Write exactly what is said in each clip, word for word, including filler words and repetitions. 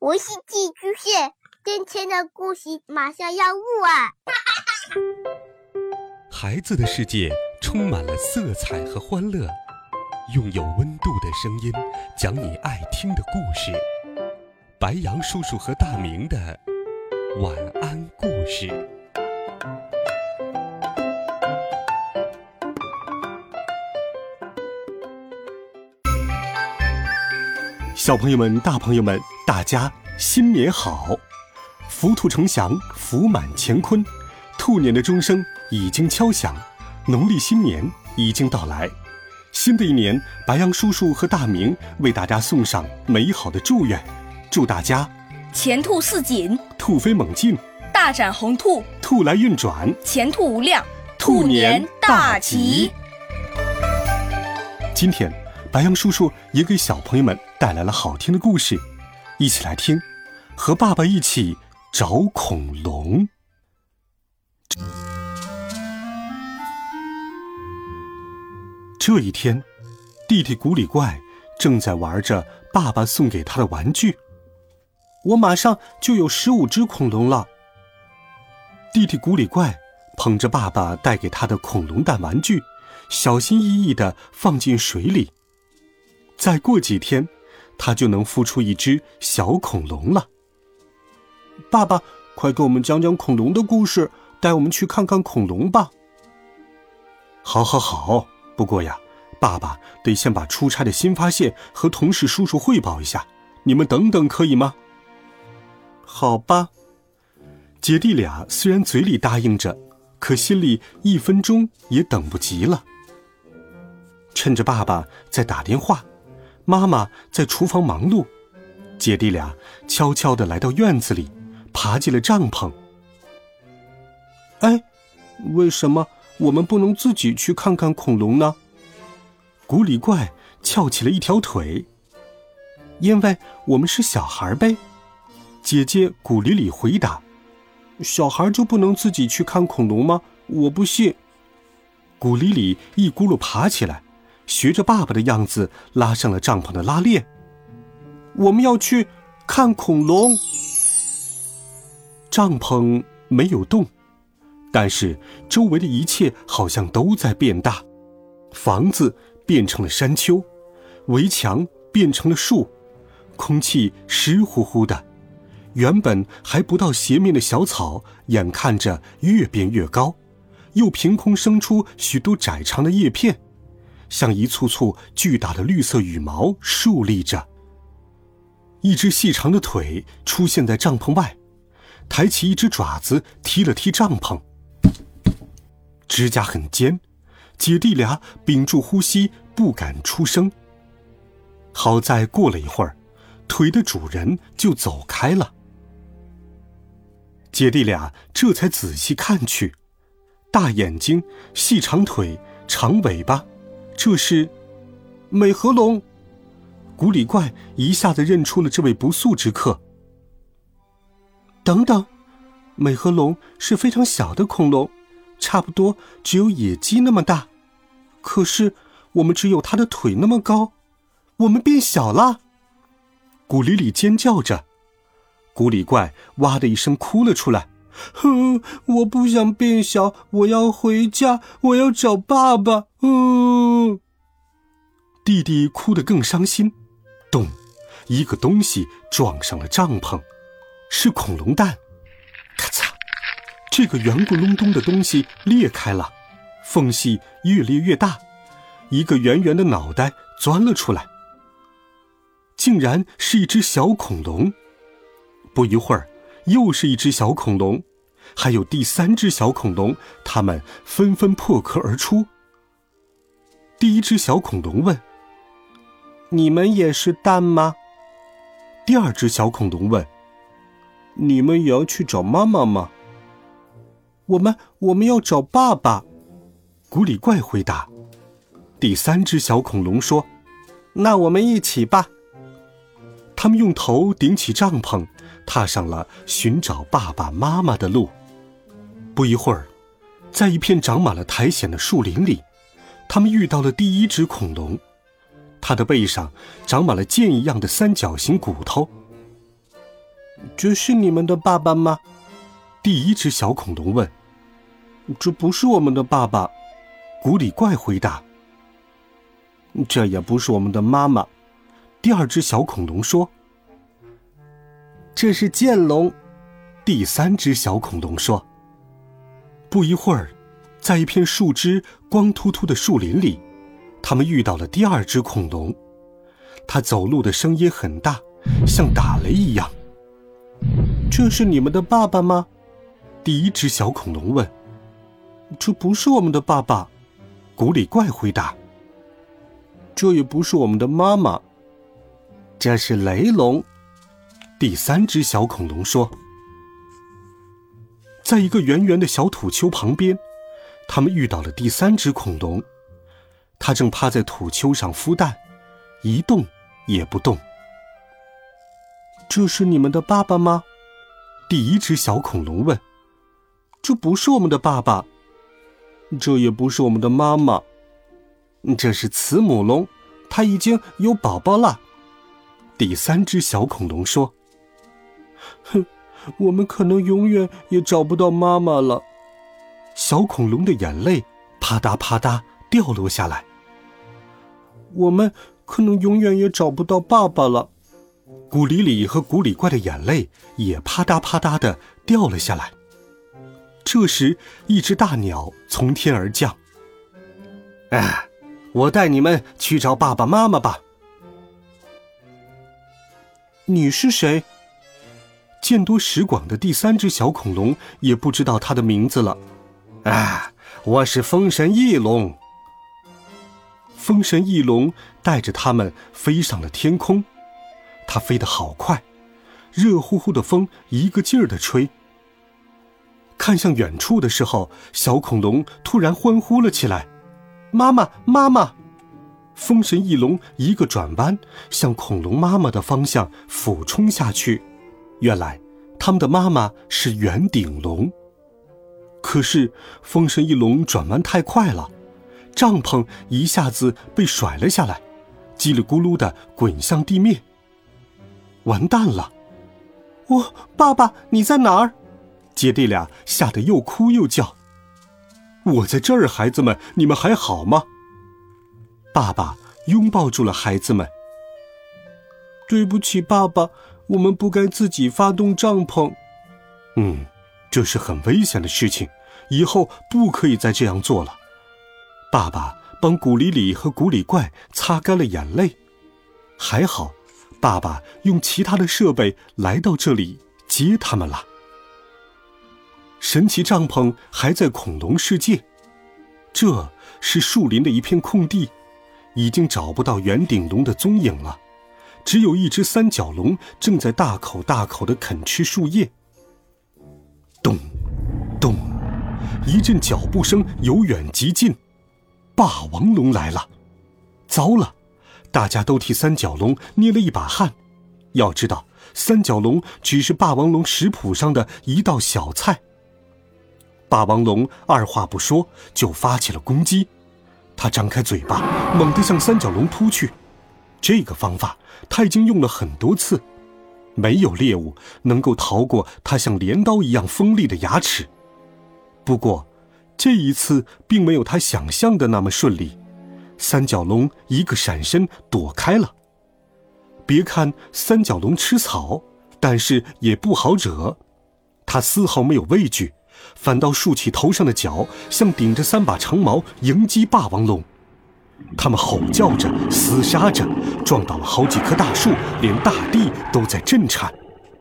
我是寄居蟹，今天的故事马上要录啊！ 孩子的世界充满了色彩和欢乐，用有温度的声音讲你爱听的故事。白杨叔叔和大明的晚安故事。小朋友们、大朋友们，大家新年好！福兔呈祥，福满乾坤，兔年的钟声已经敲响，农历新年已经到来。新的一年，白杨叔叔和大明为大家送上美好的祝愿，祝大家前兔似锦， 兔飞猛进， 大展宏兔， 兔来运转， 前途无量， 兔年大吉！今天白杨叔叔也给小朋友们带来了好听的故事，一起来听，和爸爸一起找恐龙。这一天，弟弟古里怪正在玩着爸爸送给他的玩具。我马上就有十五只恐龙了。弟弟古里怪捧着爸爸带给他的恐龙蛋玩具，小心翼翼地放进水里。再过几天，他就能孵出一只小恐龙了。爸爸，快给我们讲讲恐龙的故事，带我们去看看恐龙吧。好好好，不过呀，爸爸得先把出差的新发现和同事叔叔汇报一下，你们等等可以吗？好吧。姐弟俩虽然嘴里答应着，可心里一分钟也等不及了。趁着爸爸在打电话，妈妈在厨房忙碌，姐弟俩悄悄地来到院子里，爬进了帐篷。哎，为什么我们不能自己去看看恐龙呢？古里怪翘起了一条腿。因为我们是小孩呗，姐姐古里里回答。小孩就不能自己去看恐龙吗？我不信。古里里一咕噜爬起来，学着爸爸的样子拉上了帐篷的拉链。我们要去看恐龙。帐篷没有动，但是周围的一切好像都在变大。房子变成了山丘，围墙变成了树，空气湿乎乎的。原本还不到鞋面的小草，眼看着越变越高，又凭空生出许多窄长的叶片，像一簇簇巨大的绿色羽毛竖立着。一只细长的腿出现在帐篷外，抬起一只爪子踢了踢帐篷。指甲很尖，姐弟俩屏住呼吸，不敢出声。好在过了一会儿，腿的主人就走开了。姐弟俩这才仔细看去，大眼睛，细长腿，长尾巴，这是美颌龙。古里怪一下子认出了这位不速之客。等等，美颌龙是非常小的恐龙，差不多只有野鸡那么大，可是我们只有它的腿那么高，我们变小了。古里里尖叫着，古里怪哇的一声哭了出来。哼，我不想变小，我要回家，我要找爸爸。嗯。弟弟哭得更伤心。咚，一个东西撞上了帐篷，是恐龙蛋。咔嚓，这个圆咕隆咚的东西裂开了，缝隙越裂越大，一个圆圆的脑袋钻了出来，竟然是一只小恐龙。不一会儿，又是一只小恐龙，还有第三只小恐龙，它们纷纷破壳而出。第一只小恐龙问：你们也是蛋吗？第二只小恐龙问：你们也要去找妈妈吗？我们我们要找爸爸。古里怪回答。第三只小恐龙说：那我们一起吧。他们用头顶起帐篷，踏上了寻找爸爸妈妈的路。不一会儿，在一片长满了苔藓的树林里，他们遇到了第一只恐龙。它的背上长满了剑一样的三角形骨头。 这是你们的爸爸吗？第一只小恐龙问。这不是我们的爸爸，古里怪回答。这也不是我们的妈妈，第二只小恐龙说。这是剑龙，第三只小恐龙说。不一会儿，在一片树枝光秃秃的树林里，他们遇到了第二只恐龙。它走路的声音很大，像打雷一样。这是你们的爸爸吗？第一只小恐龙问。这不是我们的爸爸，古里怪回答。这也不是我们的妈妈，这是雷龙，第三只小恐龙说。在一个圆圆的小土丘旁边，他们遇到了第三只恐龙。它正趴在土丘上孵蛋，一动也不动。这是你们的爸爸吗？第一只小恐龙问。这不是我们的爸爸，这也不是我们的妈妈，这是慈母龙，它已经有宝宝了。第三只小恐龙说。哼，我们可能永远也找不到妈妈了。小恐龙的眼泪啪嗒啪嗒掉落下来。我们可能永远也找不到爸爸了。古里里和古里怪的眼泪也啪嗒啪嗒地掉了下来。这时，一只大鸟从天而降。哎，我带你们去找爸爸妈妈吧。你是谁？见多识广的第三只小恐龙也不知道他的名字了。啊，我是风神翼龙。风神翼龙带着他们飞上了天空。它飞得好快，热乎乎的风一个劲儿地吹。看向远处的时候，小恐龙突然欢呼了起来。妈妈，妈妈！风神翼龙一个转弯，向恐龙妈妈的方向俯冲下去。原来他们的妈妈是圆顶龙。可是风神翼龙转弯太快了，帐篷一下子被甩了下来，叽里咕噜地滚向地面。完蛋了！哦，爸爸，你在哪儿？姐弟俩吓得又哭又叫。我在这儿，孩子们，你们还好吗？爸爸拥抱住了孩子们。对不起，爸爸，我们不该自己发动帐篷。嗯，这是很危险的事情，以后不可以再这样做了。爸爸帮古里里和古里怪擦干了眼泪。还好，爸爸用其他的设备来到这里接他们了。神奇帐篷还在恐龙世界，这是树林的一片空地，已经找不到圆顶龙的踪影了，只有一只三角龙正在大口大口地啃吃树叶。咚咚，一阵脚步声由远及近，霸王龙来了。糟了，大家都替三角龙捏了一把汗。要知道，三角龙只是霸王龙食谱上的一道小菜。霸王龙二话不说就发起了攻击，他张开嘴巴，猛地向三角龙扑去。这个方法他已经用了很多次，没有猎物能够逃过他像镰刀一样锋利的牙齿。不过，这一次并没有他想象的那么顺利，三角龙一个闪身躲开了。别看三角龙吃草，但是也不好惹，他丝毫没有畏惧，反倒竖起头上的角，像顶着三把长矛迎击霸王龙。他们吼叫着，厮杀着，撞倒了好几棵大树，连大地都在震颤。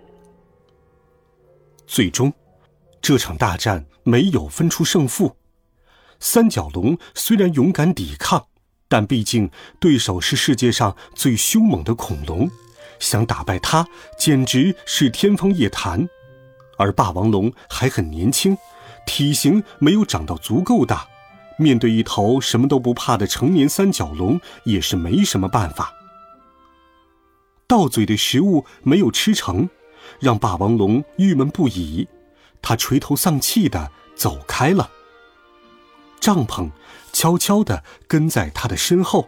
最终，这场大战没有分出胜负。三角龙虽然勇敢抵抗，但毕竟对手是世界上最凶猛的恐龙，想打败它简直是天方夜谭。而霸王龙还很年轻，体型没有长到足够大，面对一头什么都不怕的成年三角龙也是没什么办法。到嘴的食物没有吃成，让霸王龙郁闷不已，他垂头丧气地走开了。帐篷悄悄地跟在他的身后。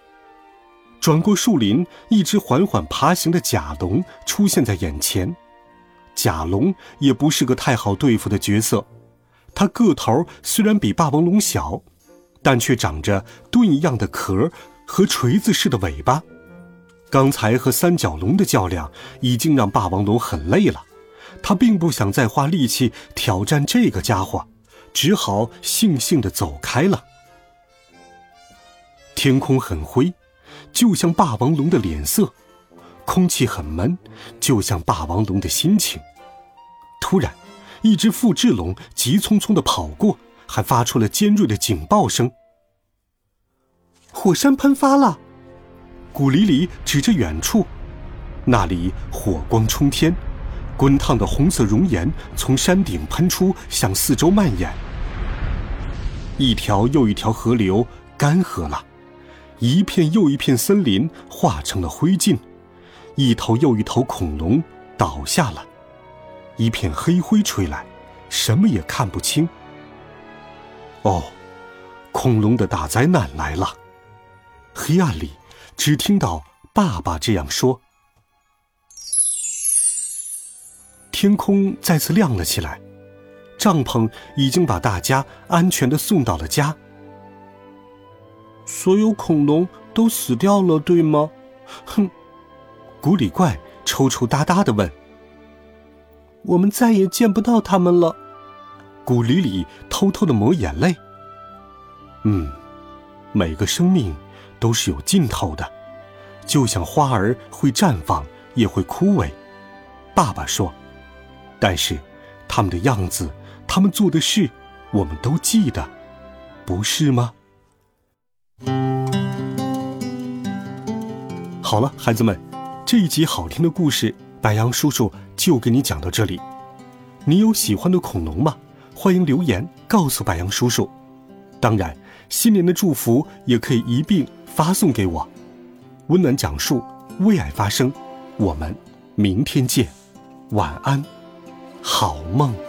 转过树林，一只缓缓爬行的甲龙出现在眼前， 甲龙也不是个太好对付的角色，它个头虽然比霸王龙小，但却长着盾一样的壳和锤子似的尾巴。刚才和三角龙的较量已经让霸王龙很累了，他并不想再花力气挑战这个家伙，只好悻悻地走开了。天空很灰，就像霸王龙的脸色；空气很闷，就像霸王龙的心情。突然，一只复制龙急匆匆地跑过，还发出了尖锐的警报声。火山喷发了！古里里指着远处，那里火光冲天，滚烫的红色熔岩从山顶喷出，向四周蔓延。一条又一条河流干涸了，一片又一片森林化成了灰烬，一头又一头恐龙倒下了，一片黑灰吹来，什么也看不清。哦，恐龙的大灾难来了！黑暗里只听到爸爸这样说。天空再次亮了起来，帐篷已经把大家安全地送到了家。所有恐龙都死掉了，对吗？哼，古里怪抽抽搭搭地问。我们再也见不到他们了。古里里偷偷地抹眼泪。嗯，每个生命都是有尽头的，就像花儿会绽放，也会枯萎。爸爸说，但是他们的样子，他们做的事，我们都记得，不是吗？好了，孩子们，这一集好听的故事，白羊叔叔就给你讲到这里。你有喜欢的恐龙吗？欢迎留言告诉白羊叔叔。当然，新年的祝福也可以一并发送给我。温暖讲述，为爱发声，我们明天见，晚安，好梦。